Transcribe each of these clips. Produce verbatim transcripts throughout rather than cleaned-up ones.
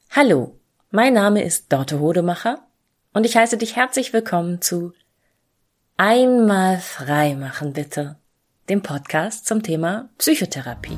Hallo, mein Name ist Dorte Hodemacher und ich heiße dich herzlich willkommen zu Einmal frei machen bitte, dem Podcast zum Thema Psychotherapie.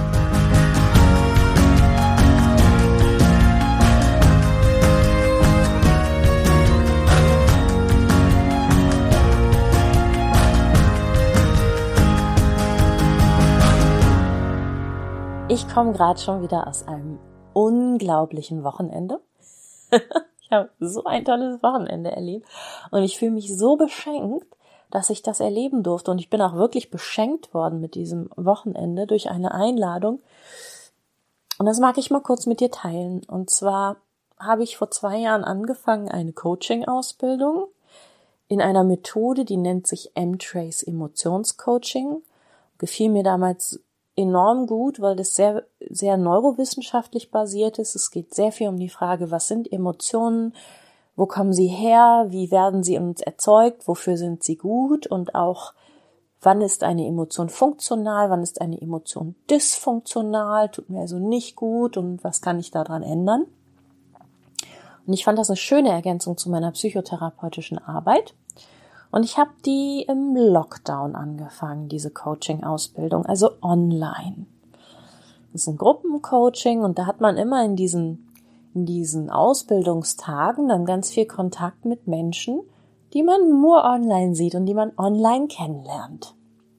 Ich komme gerade schon wieder aus einem unglaublichen Wochenende. Ich habe so ein tolles Wochenende erlebt und ich fühle mich so beschenkt, dass ich das erleben durfte. Und ich bin auch wirklich beschenkt worden mit diesem Wochenende durch eine Einladung. Und das mag ich mal kurz mit dir teilen. Und zwar habe ich vor zwei Jahren angefangen, eine Coaching-Ausbildung in einer Methode, die nennt sich M-Trace Emotionscoaching. Gefiel mir damals enorm gut, weil das sehr, sehr neurowissenschaftlich basiert ist. Es geht sehr viel um die Frage, was sind Emotionen, wo kommen sie her, wie werden sie in uns erzeugt, wofür sind sie gut und auch, wann ist eine Emotion funktional, wann ist eine Emotion dysfunktional, tut mir also nicht gut und was kann ich daran ändern. Und ich fand das eine schöne Ergänzung zu meiner psychotherapeutischen Arbeit. Und ich habe die im Lockdown angefangen, diese Coaching-Ausbildung, also online. Das ist ein Gruppencoaching und da hat man immer in diesen, in diesen Ausbildungstagen dann ganz viel Kontakt mit Menschen, die man nur online sieht und die man online kennenlernt.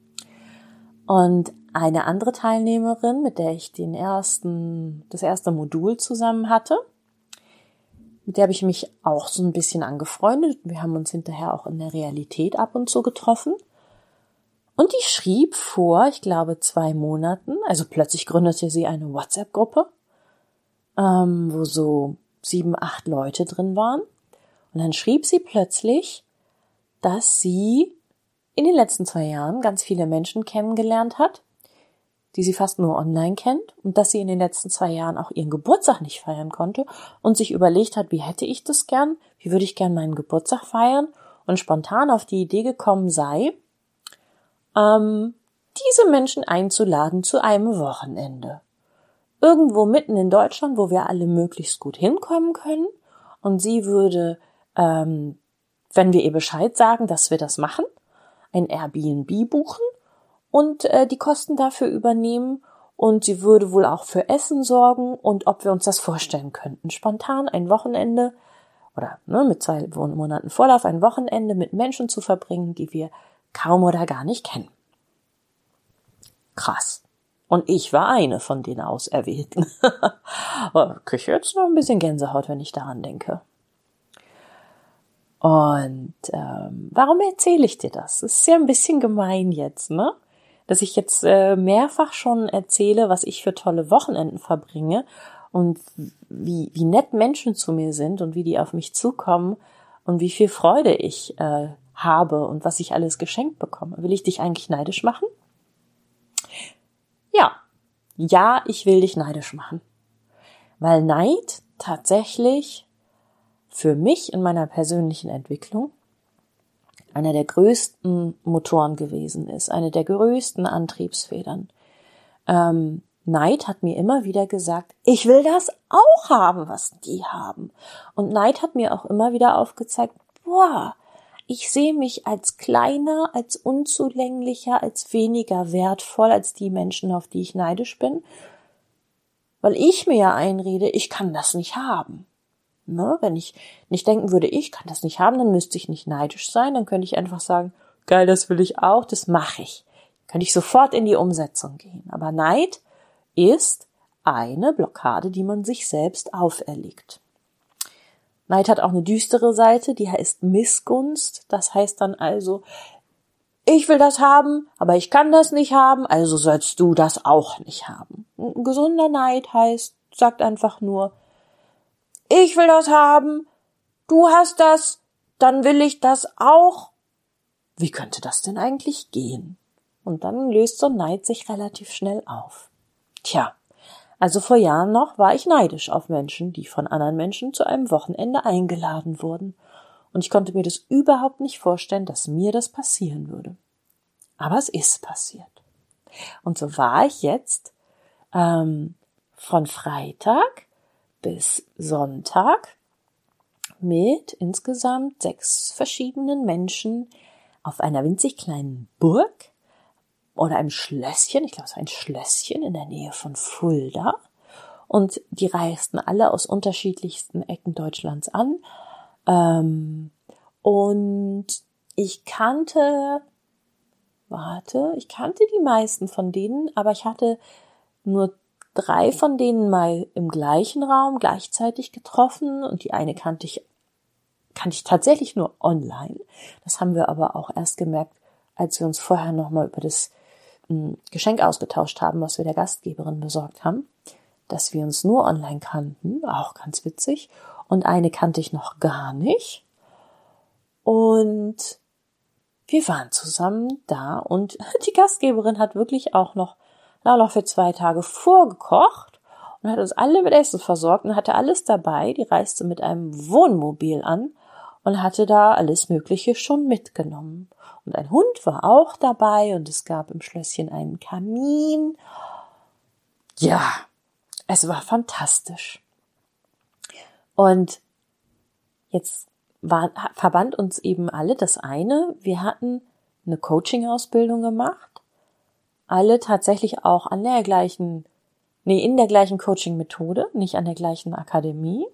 Und eine andere Teilnehmerin, mit der ich den ersten, das erste Modul zusammen hatte, mit der habe ich mich auch so ein bisschen angefreundet. Wir haben uns hinterher auch in der Realität ab und zu getroffen. Und die schrieb vor, ich glaube, zwei Monaten, also plötzlich gründete sie eine WhatsApp-Gruppe, ähm, wo so sieben, acht Leute drin waren. Und dann schrieb sie plötzlich, dass sie in den letzten zwei Jahren ganz viele Menschen kennengelernt hat, die sie fast nur online kennt und dass sie in den letzten zwei Jahren auch ihren Geburtstag nicht feiern konnte und sich überlegt hat, wie hätte ich das gern, wie würde ich gern meinen Geburtstag feiern und spontan auf die Idee gekommen sei, ähm, diese Menschen einzuladen zu einem Wochenende. Irgendwo mitten in Deutschland, wo wir alle möglichst gut hinkommen können und sie würde, ähm, wenn wir ihr Bescheid sagen, dass wir das machen, ein Airbnb buchen und äh, die Kosten dafür übernehmen und sie würde wohl auch für Essen sorgen und ob wir uns das vorstellen könnten. Spontan ein Wochenende oder ne, mit zwei Monaten Vorlauf ein Wochenende mit Menschen zu verbringen, die wir kaum oder gar nicht kennen. Krass. Und ich war eine von den Auserwählten. Kriege ich jetzt noch ein bisschen Gänsehaut, wenn ich daran denke. Und ähm, warum erzähle ich dir das? Das ist ja ein bisschen gemein jetzt, ne? Dass ich jetzt äh, mehrfach schon erzähle, was ich für tolle Wochenenden verbringe und wie wie nett Menschen zu mir sind und wie die auf mich zukommen und wie viel Freude ich äh, habe und was ich alles geschenkt bekomme. Will ich dich eigentlich neidisch machen? Ja, ja, ich will dich neidisch machen, weil Neid tatsächlich für mich in meiner persönlichen Entwicklung einer der größten Motoren gewesen ist, eine der größten Antriebsfedern. Ähm, Neid hat mir immer wieder gesagt, ich will das auch haben, was die haben. Und Neid hat mir auch immer wieder aufgezeigt, boah, ich sehe mich als kleiner, als unzulänglicher, als weniger wertvoll als die Menschen, auf die ich neidisch bin, weil ich mir ja einrede, ich kann das nicht haben. Ne, wenn ich nicht denken würde, ich kann das nicht haben, dann müsste ich nicht neidisch sein, dann könnte ich einfach sagen, geil, das will ich auch, das mache ich. Könnte ich sofort in die Umsetzung gehen. Aber Neid ist eine Blockade, die man sich selbst auferlegt. Neid hat auch eine düstere Seite, die heißt Missgunst. Das heißt dann also, ich will das haben, aber ich kann das nicht haben, also sollst du das auch nicht haben. Ein gesunder Neid heißt, sagt einfach nur, ich will das haben, du hast das, dann will ich das auch. Wie könnte das denn eigentlich gehen? Und dann löst so ein Neid sich relativ schnell auf. Tja, also vor Jahren noch war ich neidisch auf Menschen, die von anderen Menschen zu einem Wochenende eingeladen wurden. Und ich konnte mir das überhaupt nicht vorstellen, dass mir das passieren würde. Aber es ist passiert. Und so war ich jetzt ähm, von Freitag bis Sonntag mit insgesamt sechs verschiedenen Menschen auf einer winzig kleinen Burg oder einem Schlösschen, ich glaube es war ein Schlösschen in der Nähe von Fulda. Und die reisten alle aus unterschiedlichsten Ecken Deutschlands an. Ähm, und ich kannte, warte, ich kannte die meisten von denen, aber ich hatte nur drei von denen mal im gleichen Raum gleichzeitig getroffen und die eine kannte ich, kannte ich tatsächlich nur online. Das haben wir aber auch erst gemerkt, als wir uns vorher nochmal über das m, Geschenk ausgetauscht haben, was wir der Gastgeberin besorgt haben, dass wir uns nur online kannten, auch ganz witzig. Und eine kannte ich noch gar nicht. Und wir waren zusammen da und die Gastgeberin hat wirklich auch noch noch für zwei Tage vorgekocht und hat uns alle mit Essen versorgt und hatte alles dabei. Die reiste mit einem Wohnmobil an und hatte da alles Mögliche schon mitgenommen. Und ein Hund war auch dabei und es gab im Schlösschen einen Kamin. Ja, es war fantastisch. Und jetzt war, verband uns eben alle das eine, wir hatten eine Coaching-Ausbildung gemacht, alle tatsächlich auch an der gleichen, nee, in der gleichen Coaching-Methode, nicht an der gleichen Akademie,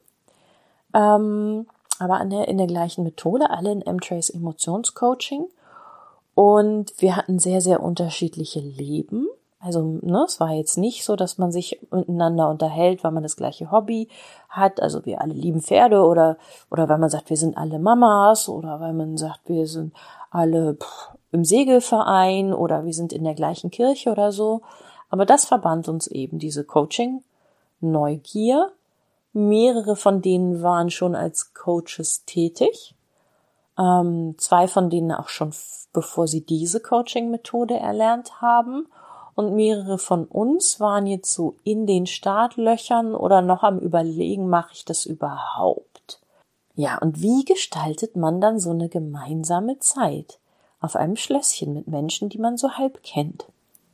ähm, aber an der, in der gleichen Methode, alle in M-Trace Emotionscoaching. Und wir hatten sehr, sehr unterschiedliche Leben. Also, ne, es war jetzt nicht so, dass man sich miteinander unterhält, weil man das gleiche Hobby hat. Also, wir alle lieben Pferde oder, oder weil man sagt, wir sind alle Mamas oder weil man sagt, wir sind alle pff, im Segelverein oder wir sind in der gleichen Kirche oder so. Aber das verband uns eben, diese Coaching-Neugier. Mehrere von denen waren schon als Coaches tätig. Ähm, zwei von denen auch schon, f- bevor sie diese Coaching-Methode erlernt haben. Und mehrere von uns waren jetzt so in den Startlöchern oder noch am Überlegen, mache ich das überhaupt? Ja, und wie gestaltet man dann so eine gemeinsame Zeit auf einem Schlösschen mit Menschen, die man so halb kennt?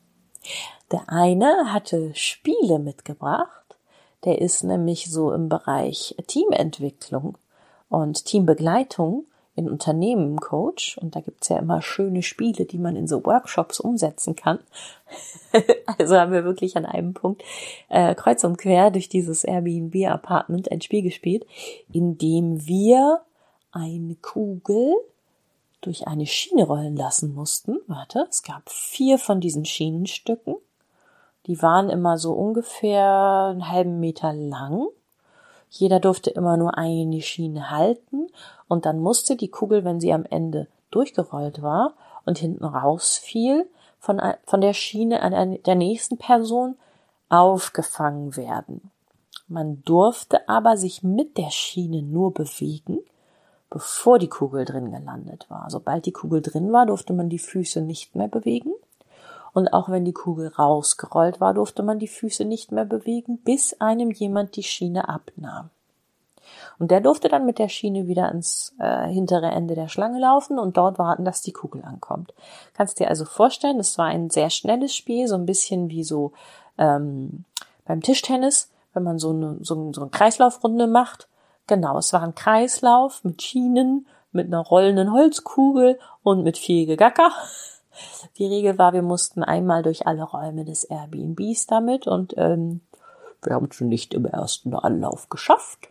Der eine hatte Spiele mitgebracht, der ist nämlich so im Bereich Teamentwicklung und Teambegleitung in Unternehmen Coach und da gibt's ja immer schöne Spiele, die man in so Workshops umsetzen kann. Also haben wir wirklich an einem Punkt äh, kreuz und quer durch dieses Airbnb-Apartment ein Spiel gespielt, in dem wir eine Kugel durch eine Schiene rollen lassen mussten. Warte, es gab vier von diesen Schienenstücken. Die waren immer so ungefähr einen halben Meter lang. Jeder durfte immer nur eine Schiene halten und dann musste die Kugel, wenn sie am Ende durchgerollt war und hinten rausfiel, von, von der Schiene an der nächsten Person aufgefangen werden. Man durfte aber sich mit der Schiene nur bewegen, bevor die Kugel drin gelandet war. Sobald die Kugel drin war, durfte man die Füße nicht mehr bewegen. Und auch wenn die Kugel rausgerollt war, durfte man die Füße nicht mehr bewegen, bis einem jemand die Schiene abnahm. Und der durfte dann mit der Schiene wieder ans äh, hintere Ende der Schlange laufen und dort warten, dass die Kugel ankommt. Kannst dir also vorstellen, es war ein sehr schnelles Spiel, so ein bisschen wie so ähm, beim Tischtennis, wenn man so eine, so, so eine Kreislaufrunde macht. Genau, es war ein Kreislauf mit Schienen, mit einer rollenden Holzkugel und mit viel Gegacker. Die Regel war, wir mussten einmal durch alle Räume des Airbnbs damit und ähm, wir haben es schon nicht im ersten Anlauf geschafft.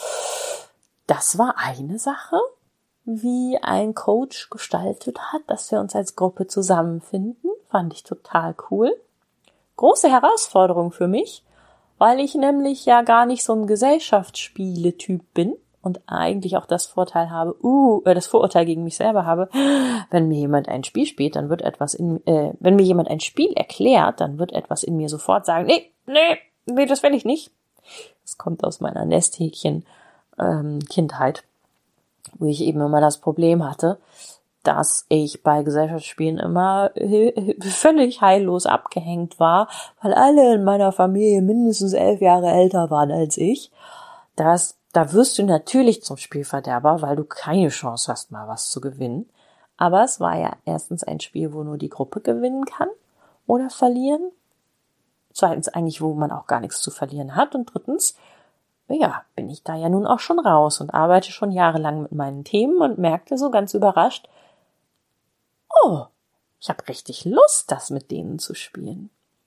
Das war eine Sache, wie ein Coach gestaltet hat, dass wir uns als Gruppe zusammenfinden. Fand ich total cool. Große Herausforderung für mich, weil ich nämlich ja gar nicht so ein Gesellschaftsspiele-Typ bin. Und eigentlich auch das Vorteil habe, uh, äh, das Vorurteil gegen mich selber habe, wenn mir jemand ein Spiel spielt, dann wird etwas in, äh, wenn mir jemand ein Spiel erklärt, dann wird etwas in mir sofort sagen, nee, nee, nee, das will ich nicht. Das kommt aus meiner Nesthäkchen ähm, Kindheit, wo ich eben immer das Problem hatte, dass ich bei Gesellschaftsspielen immer völlig heillos abgehängt war, weil alle in meiner Familie mindestens elf Jahre älter waren als ich. Das Da wirst du natürlich zum Spielverderber, weil du keine Chance hast, mal was zu gewinnen. Aber es war ja erstens ein Spiel, wo nur die Gruppe gewinnen kann oder verlieren. Zweitens eigentlich, wo man auch gar nichts zu verlieren hat. Und drittens, ja, bin ich da ja nun auch schon raus und arbeite schon jahrelang mit meinen Themen und merkte so ganz überrascht, oh, ich habe richtig Lust, das mit denen zu spielen.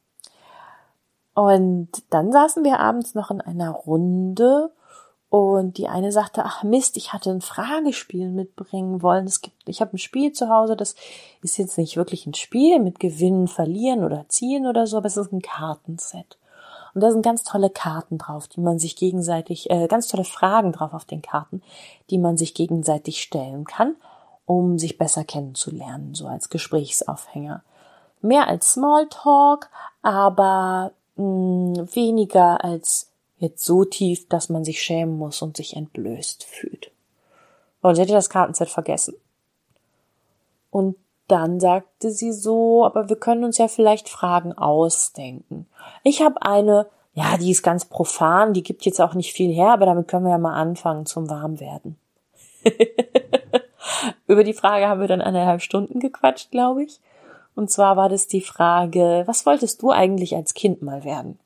Und dann saßen wir abends noch in einer Runde und die eine sagte, ach Mist, ich hatte ein Fragespiel mitbringen wollen. Es gibt, ich habe ein Spiel zu Hause, das ist jetzt nicht wirklich ein Spiel mit Gewinnen, Verlieren oder Ziehen oder so, aber es ist ein Kartenset. Und da sind ganz tolle Karten drauf, die man sich gegenseitig, äh, ganz tolle Fragen drauf auf den Karten, die man sich gegenseitig stellen kann, um sich besser kennenzulernen, so als Gesprächsaufhänger. Mehr als Smalltalk, aber mh, weniger als jetzt so tief, dass man sich schämen muss und sich entblößt fühlt. Und sie hätte das Kartenset vergessen. Und dann sagte sie so, aber wir können uns ja vielleicht Fragen ausdenken. Ich habe eine, ja, die ist ganz profan, die gibt jetzt auch nicht viel her, aber damit können wir ja mal anfangen zum Warmwerden. Über die Frage haben wir dann eineinhalb Stunden gequatscht, glaube ich. Und zwar war das die Frage, was wolltest du eigentlich als Kind mal werden?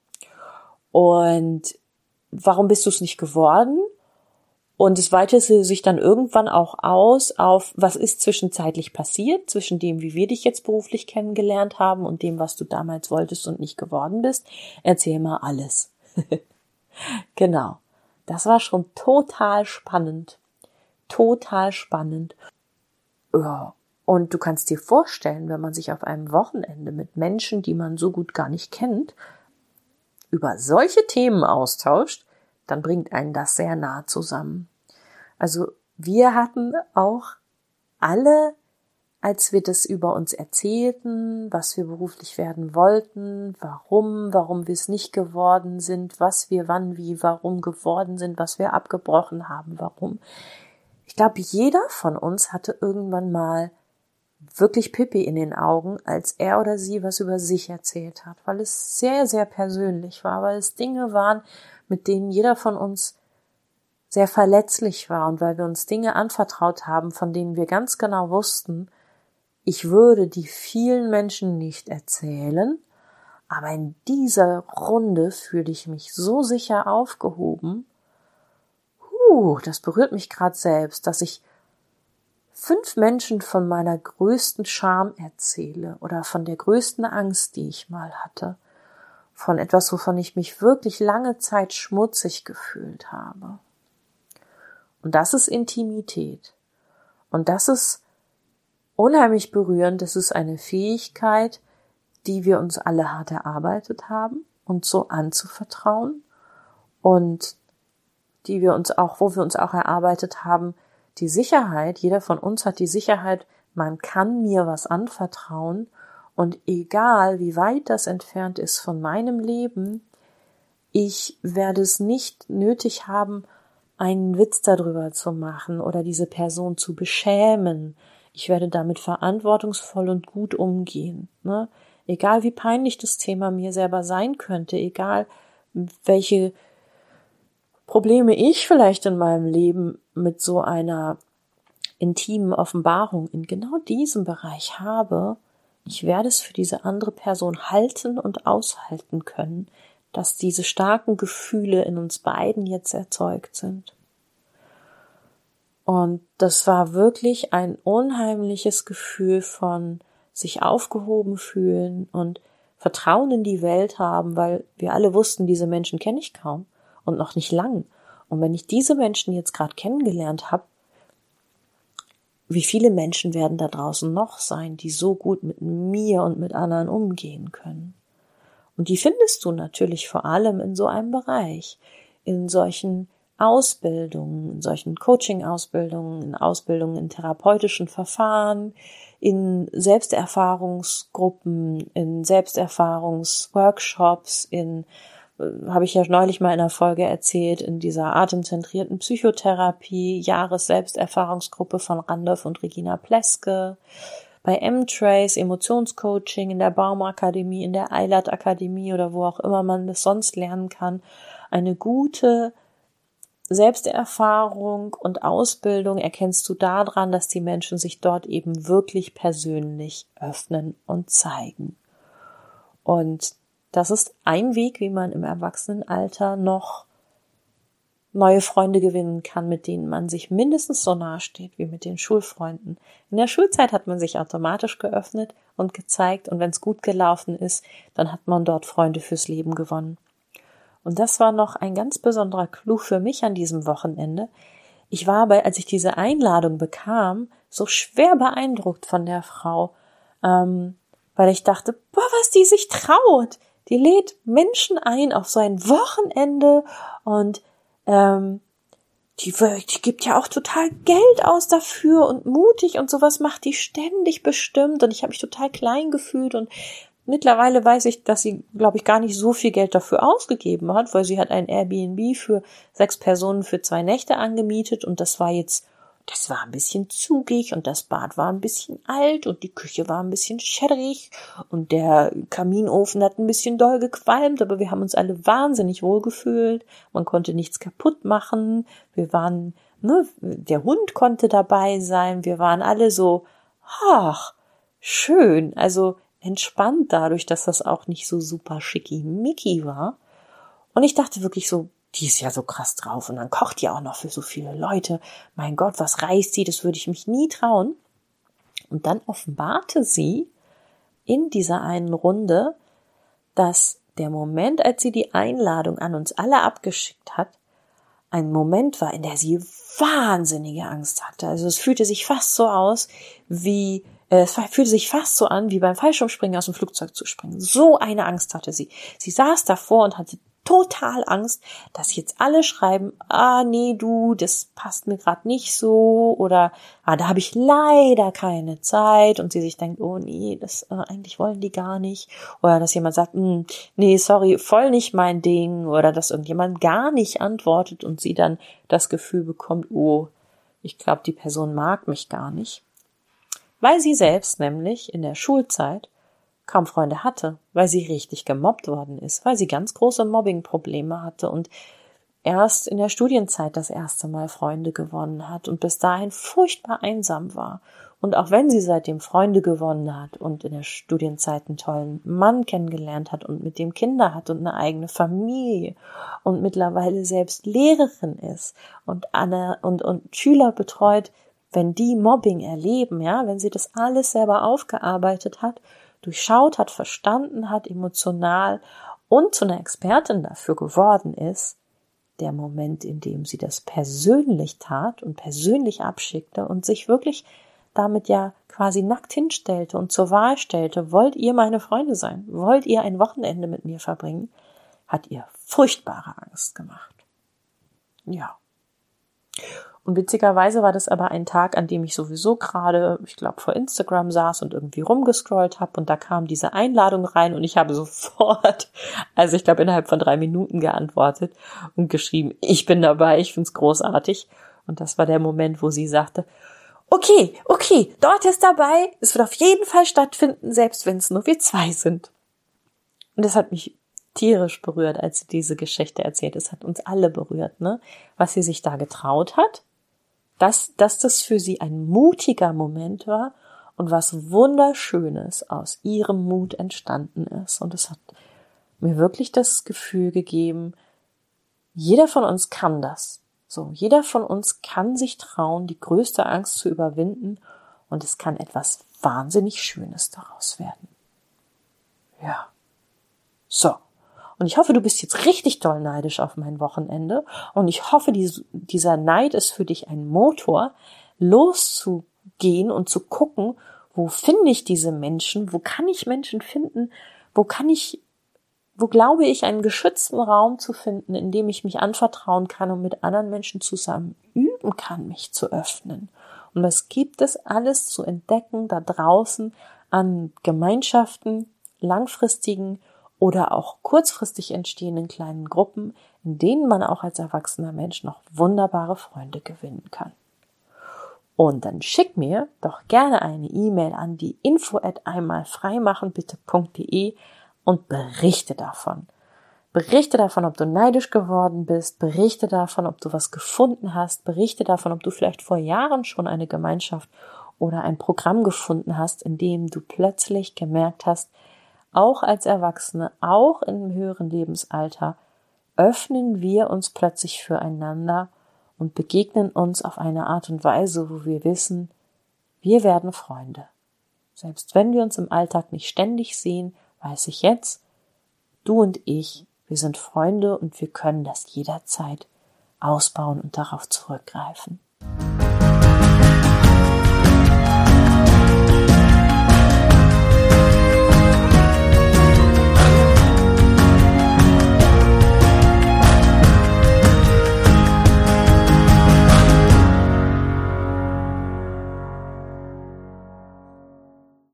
Und warum bist du es nicht geworden? Und es weitete sich dann irgendwann auch aus auf, was ist zwischenzeitlich passiert, zwischen dem, wie wir dich jetzt beruflich kennengelernt haben und dem, was du damals wolltest und nicht geworden bist. Erzähl mal alles. Genau. Das war schon total spannend. Total spannend. Ja. Und du kannst dir vorstellen, wenn man sich auf einem Wochenende mit Menschen, die man so gut gar nicht kennt, über solche Themen austauscht, dann bringt einen das sehr nah zusammen. Also wir hatten auch alle, als wir das über uns erzählten, was wir beruflich werden wollten, warum, warum wir es nicht geworden sind, was wir wann, wie, warum geworden sind, was wir abgebrochen haben, warum. Ich glaube, jeder von uns hatte irgendwann mal wirklich Pipi in den Augen, als er oder sie was über sich erzählt hat, weil es sehr, sehr persönlich war, weil es Dinge waren, mit denen jeder von uns sehr verletzlich war und weil wir uns Dinge anvertraut haben, von denen wir ganz genau wussten, ich würde die vielen Menschen nicht erzählen, aber in dieser Runde fühle ich mich so sicher aufgehoben. Huh, das berührt mich gerade selbst, dass ich fünf Menschen von meiner größten Scham erzähle oder von der größten Angst, die ich mal hatte, von etwas, wovon ich mich wirklich lange Zeit schmutzig gefühlt habe. Und das ist Intimität. Und das ist unheimlich berührend. Das ist eine Fähigkeit, die wir uns alle hart erarbeitet haben, uns so anzuvertrauen und die wir uns auch, wo wir uns auch erarbeitet haben, die Sicherheit, jeder von uns hat die Sicherheit, man kann mir was anvertrauen und egal wie weit das entfernt ist von meinem Leben, ich werde es nicht nötig haben, einen Witz darüber zu machen oder diese Person zu beschämen. Ich werde damit verantwortungsvoll und gut umgehen. Ne? Egal wie peinlich das Thema mir selber sein könnte, egal welche Probleme ich vielleicht in meinem Leben mit so einer intimen Offenbarung in genau diesem Bereich habe, ich werde es für diese andere Person halten und aushalten können, dass diese starken Gefühle in uns beiden jetzt erzeugt sind. Und das war wirklich ein unheimliches Gefühl von sich aufgehoben fühlen und Vertrauen in die Welt haben, weil wir alle wussten, diese Menschen kenne ich kaum und noch nicht lang. Und wenn ich diese Menschen jetzt gerade kennengelernt habe, wie viele Menschen werden da draußen noch sein, die so gut mit mir und mit anderen umgehen können? Und die findest du natürlich vor allem in so einem Bereich, in solchen Ausbildungen, in solchen Coaching-Ausbildungen, in Ausbildungen in therapeutischen Verfahren, in Selbsterfahrungsgruppen, in Selbsterfahrungsworkshops, in, äh, habe ich ja neulich mal in einer Folge erzählt, in dieser atemzentrierten Psychotherapie, Jahres-Selbsterfahrungsgruppe von Randolph und Regina Pleske, bei M-Trace, Emotionscoaching, in der Baumakademie, in der Eilert-Akademie oder wo auch immer man das sonst lernen kann. Eine gute Selbsterfahrung und Ausbildung erkennst du daran, dass die Menschen sich dort eben wirklich persönlich öffnen und zeigen. Und das ist ein Weg, wie man im Erwachsenenalter noch neue Freunde gewinnen kann, mit denen man sich mindestens so nahe steht wie mit den Schulfreunden. In der Schulzeit hat man sich automatisch geöffnet und gezeigt, und wenn es gut gelaufen ist, dann hat man dort Freunde fürs Leben gewonnen. Und das war noch ein ganz besonderer Clou für mich an diesem Wochenende. Ich war aber, als ich diese Einladung bekam, so schwer beeindruckt von der Frau, ähm, weil ich dachte, boah, was die sich traut. Die lädt Menschen ein auf so ein Wochenende und ähm, die, die gibt ja auch total Geld aus dafür und mutig und sowas macht die ständig bestimmt, und ich habe mich total klein gefühlt, und mittlerweile weiß ich, dass sie, glaube ich, gar nicht so viel Geld dafür ausgegeben hat, weil sie hat ein Airbnb für sechs Personen für zwei Nächte angemietet, und das war jetzt, das war ein bisschen zugig und das Bad war ein bisschen alt und die Küche war ein bisschen schädrig und der Kaminofen hat ein bisschen doll gequalmt, aber wir haben uns alle wahnsinnig wohl gefühlt. Man konnte nichts kaputt machen. Wir waren, ne, der Hund konnte dabei sein. Wir waren alle so, ach, schön, also entspannt dadurch, dass das auch nicht so super schickimicki war. Und ich dachte wirklich so, die ist ja so krass drauf und dann kocht die auch noch für so viele Leute. Mein Gott, was reißt sie? Das würde ich mich nie trauen. Und dann offenbarte sie in dieser einen Runde, dass der Moment, als sie die Einladung an uns alle abgeschickt hat, ein Moment war, in der sie wahnsinnige Angst hatte. Also es fühlte sich fast so aus wie, äh, es fühlte sich fast so an, wie beim Fallschirmspringen aus dem Flugzeug zu springen. So eine Angst hatte sie. Sie saß davor und hatte total Angst, dass jetzt alle schreiben, ah nee, du, das passt mir gerade nicht so, oder ah, da habe ich leider keine Zeit, und sie sich denkt, oh nee, das äh, eigentlich wollen die gar nicht, oder dass jemand sagt, nee, sorry, voll nicht mein Ding, oder dass irgendjemand gar nicht antwortet und sie dann das Gefühl bekommt, oh, ich glaube, die Person mag mich gar nicht, weil sie selbst nämlich in der Schulzeit kaum Freunde hatte, weil sie richtig gemobbt worden ist, weil sie ganz große Mobbing-Probleme hatte und erst in der Studienzeit das erste Mal Freunde gewonnen hat und bis dahin furchtbar einsam war. Und auch wenn sie seitdem Freunde gewonnen hat und in der Studienzeit einen tollen Mann kennengelernt hat und mit dem Kinder hat und eine eigene Familie und mittlerweile selbst Lehrerin ist und Anne und, und Schüler betreut, wenn die Mobbing erleben, ja, wenn sie das alles selber aufgearbeitet hat, durchschaut hat, verstanden hat, emotional und zu einer Expertin dafür geworden ist, der Moment, in dem sie das persönlich tat und persönlich abschickte und sich wirklich damit ja quasi nackt hinstellte und zur Wahl stellte, wollt ihr meine Freunde sein? Wollt ihr ein Wochenende mit mir verbringen? Hat ihr furchtbare Angst gemacht. Ja. Und witzigerweise war das aber ein Tag, an dem ich sowieso gerade, ich glaube, vor Instagram saß und irgendwie rumgescrollt habe, und da kam diese Einladung rein und ich habe sofort, also ich glaube innerhalb von drei Minuten geantwortet und geschrieben, ich bin dabei, ich find's großartig. Und das war der Moment, wo sie sagte, okay, okay, dort ist dabei, es wird auf jeden Fall stattfinden, selbst wenn es nur wir zwei sind. Und das hat mich tierisch berührt, als sie diese Geschichte erzählt. Es hat uns alle berührt, ne? Was sie sich da getraut hat, dass, dass das für sie ein mutiger Moment war und was Wunderschönes aus ihrem Mut entstanden ist. Und es hat mir wirklich das Gefühl gegeben, jeder von uns kann das. So, jeder von uns kann sich trauen, die größte Angst zu überwinden, und es kann etwas wahnsinnig Schönes daraus werden. Ja. So. Und ich hoffe, du bist jetzt richtig doll neidisch auf mein Wochenende. Und ich hoffe, dieser Neid ist für dich ein Motor, loszugehen und zu gucken, wo finde ich diese Menschen, wo kann ich Menschen finden, wo kann ich, wo glaube ich, einen geschützten Raum zu finden, in dem ich mich anvertrauen kann und mit anderen Menschen zusammen üben kann, mich zu öffnen. Und was gibt es alles zu entdecken da draußen an Gemeinschaften, langfristigen oder auch kurzfristig entstehenden kleinen Gruppen, in denen man auch als erwachsener Mensch noch wunderbare Freunde gewinnen kann. Und dann schick mir doch gerne eine E-Mail an die info at einmalfreimachenbitte punkt de und berichte davon. Berichte davon, ob du neidisch geworden bist, berichte davon, ob du was gefunden hast, berichte davon, ob du vielleicht vor Jahren schon eine Gemeinschaft oder ein Programm gefunden hast, in dem du plötzlich gemerkt hast, auch als Erwachsene, auch im höheren Lebensalter, öffnen wir uns plötzlich füreinander und begegnen uns auf eine Art und Weise, wo wir wissen, wir werden Freunde. Selbst wenn wir uns im Alltag nicht ständig sehen, weiß ich jetzt, du und ich, wir sind Freunde und wir können das jederzeit ausbauen und darauf zurückgreifen.